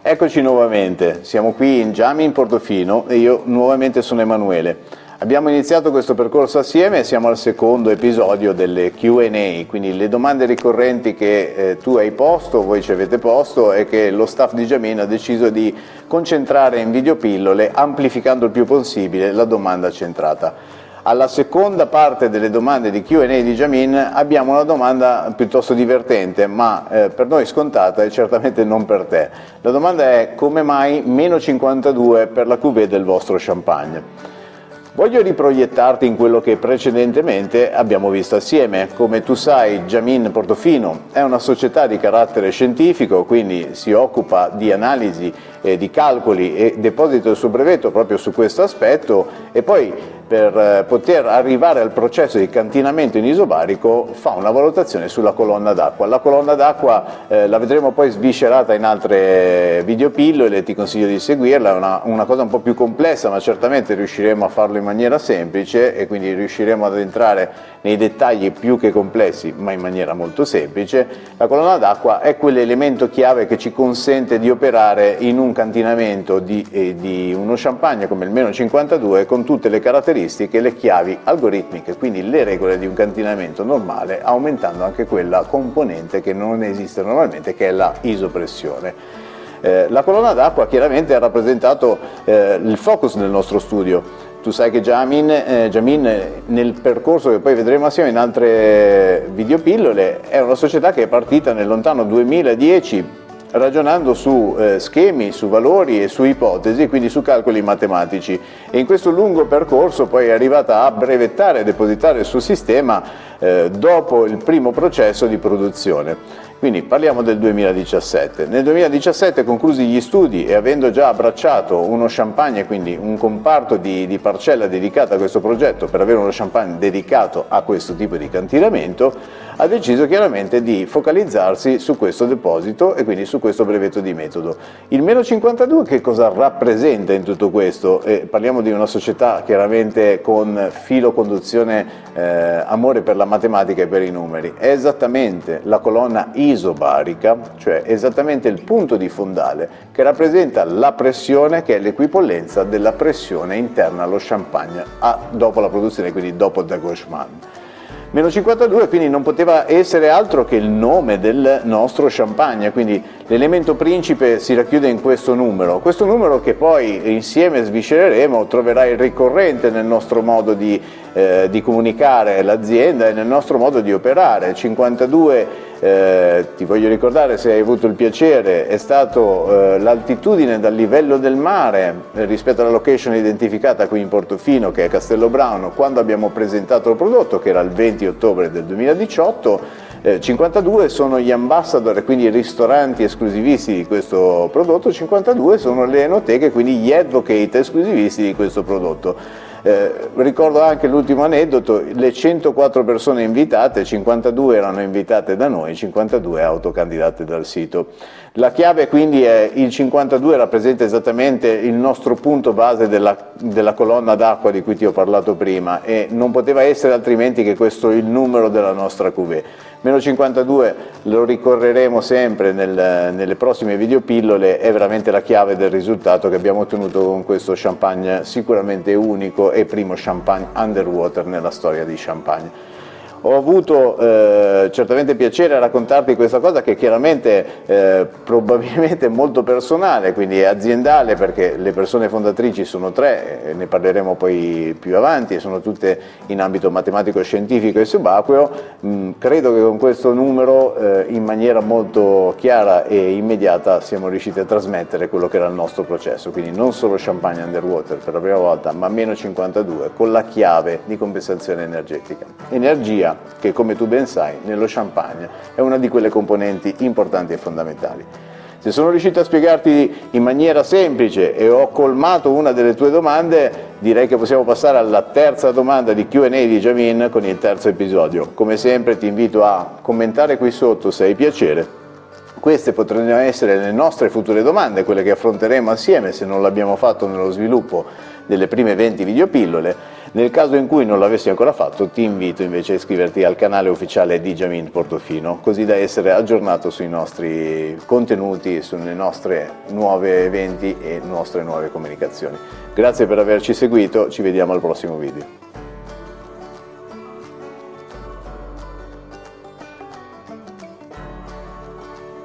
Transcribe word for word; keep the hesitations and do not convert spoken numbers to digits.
Eccoci nuovamente, siamo qui in Jamin Portofino e io nuovamente sono Emanuele. Abbiamo iniziato questo percorso assieme e siamo al secondo episodio delle Q and A, quindi le domande ricorrenti che eh, tu hai posto, voi ci avete posto e che lo staff di Jamin ha deciso di concentrare in videopillole, amplificando il più possibile la domanda centrata. Alla seconda parte delle domande di Q and A di Jamin abbiamo una domanda piuttosto divertente, ma eh, per noi scontata e certamente non per te. La domanda è: come mai meno cinquantadue per la cuvée del vostro champagne? Voglio riproiettarti in quello che precedentemente abbiamo visto assieme. Come tu sai, Jamin Portofino è una società di carattere scientifico, quindi si occupa di analisi, eh, di calcoli e deposito il suo brevetto proprio su questo aspetto, e poi per eh, poter arrivare al processo di cantinamento in isobarico fa una valutazione sulla colonna d'acqua. La colonna d'acqua eh, la vedremo poi sviscerata in altre videopillole, ti consiglio di seguirla, è una, una cosa un po' più complessa, ma certamente riusciremo a farlo in maniera semplice e quindi riusciremo ad entrare nei dettagli più che complessi, ma in maniera molto semplice. La colonna d'acqua è quell'elemento chiave che ci consente di operare in un cantinamento di, eh, di uno champagne come il meno cinquantadue con tutte le caratteristiche e le chiavi algoritmiche, quindi le regole di un cantinamento normale, aumentando anche quella componente che non esiste normalmente, che è la isopressione. Eh, la colonna d'acqua chiaramente ha rappresentato eh, il focus del nostro studio. Tu sai che Jamin, eh, Jamin nel percorso che poi vedremo assieme in altre videopillole è una società che è partita nel lontano duemiladieci ragionando su eh, schemi, su valori e su ipotesi, quindi su calcoli matematici, e in questo lungo percorso poi è arrivata a brevettare e depositare il suo sistema eh, dopo il primo processo di produzione. Quindi parliamo del duemiladiciassette. Nel duemiladiciassette, conclusi gli studi e avendo già abbracciato uno champagne, quindi un comparto di, di parcella dedicata a questo progetto per avere uno champagne dedicato a questo tipo di cantinamento, ha deciso chiaramente di focalizzarsi su questo deposito e quindi su questo brevetto di metodo. Il meno cinquantadue che cosa rappresenta in tutto questo? Eh, parliamo di una società chiaramente con filo conduzione, eh, amore per la matematica e per i numeri. È esattamente la colonna isobarica, cioè esattamente il punto di fondale che rappresenta la pressione, che è l'equipollenza della pressione interna allo champagne a, dopo la produzione, quindi dopo il degorgement. Meno cinquantadue quindi non poteva essere altro che il nome del nostro champagne, quindi l'elemento principe si racchiude in questo numero, questo numero che poi insieme sviscereremo, troverai ricorrente nel nostro modo di, eh, di comunicare l'azienda e nel nostro modo di operare. cinquantadue, eh, ti voglio ricordare, se hai avuto il piacere, è stato eh, l'altitudine dal livello del mare eh, rispetto alla location identificata qui in Portofino, che è Castellobrano, quando abbiamo presentato il prodotto, che era il venti ottobre del duemiladiciotto. Eh, cinquantadue sono gli ambassador, quindi i ristoranti esclusivisti di questo prodotto, cinquantadue sono le enoteche, quindi gli advocate esclusivisti di questo prodotto. Eh, ricordo anche l'ultimo aneddoto: le centoquattro persone invitate, cinquantadue erano invitate da noi, cinquantadue autocandidate dal sito. La chiave quindi è il cinquantadue, rappresenta esattamente il nostro punto base della, della colonna d'acqua di cui ti ho parlato prima, e non poteva essere altrimenti che questo il numero della nostra cuvée. Meno cinquantadue lo ricorreremo sempre nel, nelle prossime videopillole, è veramente la chiave del risultato che abbiamo ottenuto con questo champagne sicuramente unico e primo champagne underwater nella storia di Champagne. Ho avuto eh, certamente piacere a raccontarti questa cosa, che chiaramente eh, probabilmente è molto personale, quindi è aziendale, perché le persone fondatrici sono tre, e ne parleremo poi più avanti, e sono tutte in ambito matematico, scientifico e subacqueo. Mm, credo che con questo numero eh, in maniera molto chiara e immediata siamo riusciti a trasmettere quello che era il nostro processo, quindi non solo champagne underwater per la prima volta, ma meno cinquantadue con la chiave di compensazione energetica. Energia che, come tu ben sai, nello champagne è una di quelle componenti importanti e fondamentali. Se sono riuscito a spiegarti in maniera semplice e ho colmato una delle tue domande, direi che possiamo passare alla terza domanda di Q and A di Jamin con il terzo episodio. Come sempre ti invito a commentare qui sotto se hai piacere. Queste potranno essere le nostre future domande, quelle che affronteremo assieme se non l'abbiamo fatto nello sviluppo delle prime venti videopillole. Nel caso in cui non l'avessi ancora fatto, ti invito invece a iscriverti al canale ufficiale di Jamin Portofino, così da essere aggiornato sui nostri contenuti, sulle nostre nuove eventi e nostre nuove comunicazioni. Grazie per averci seguito, ci vediamo al prossimo video.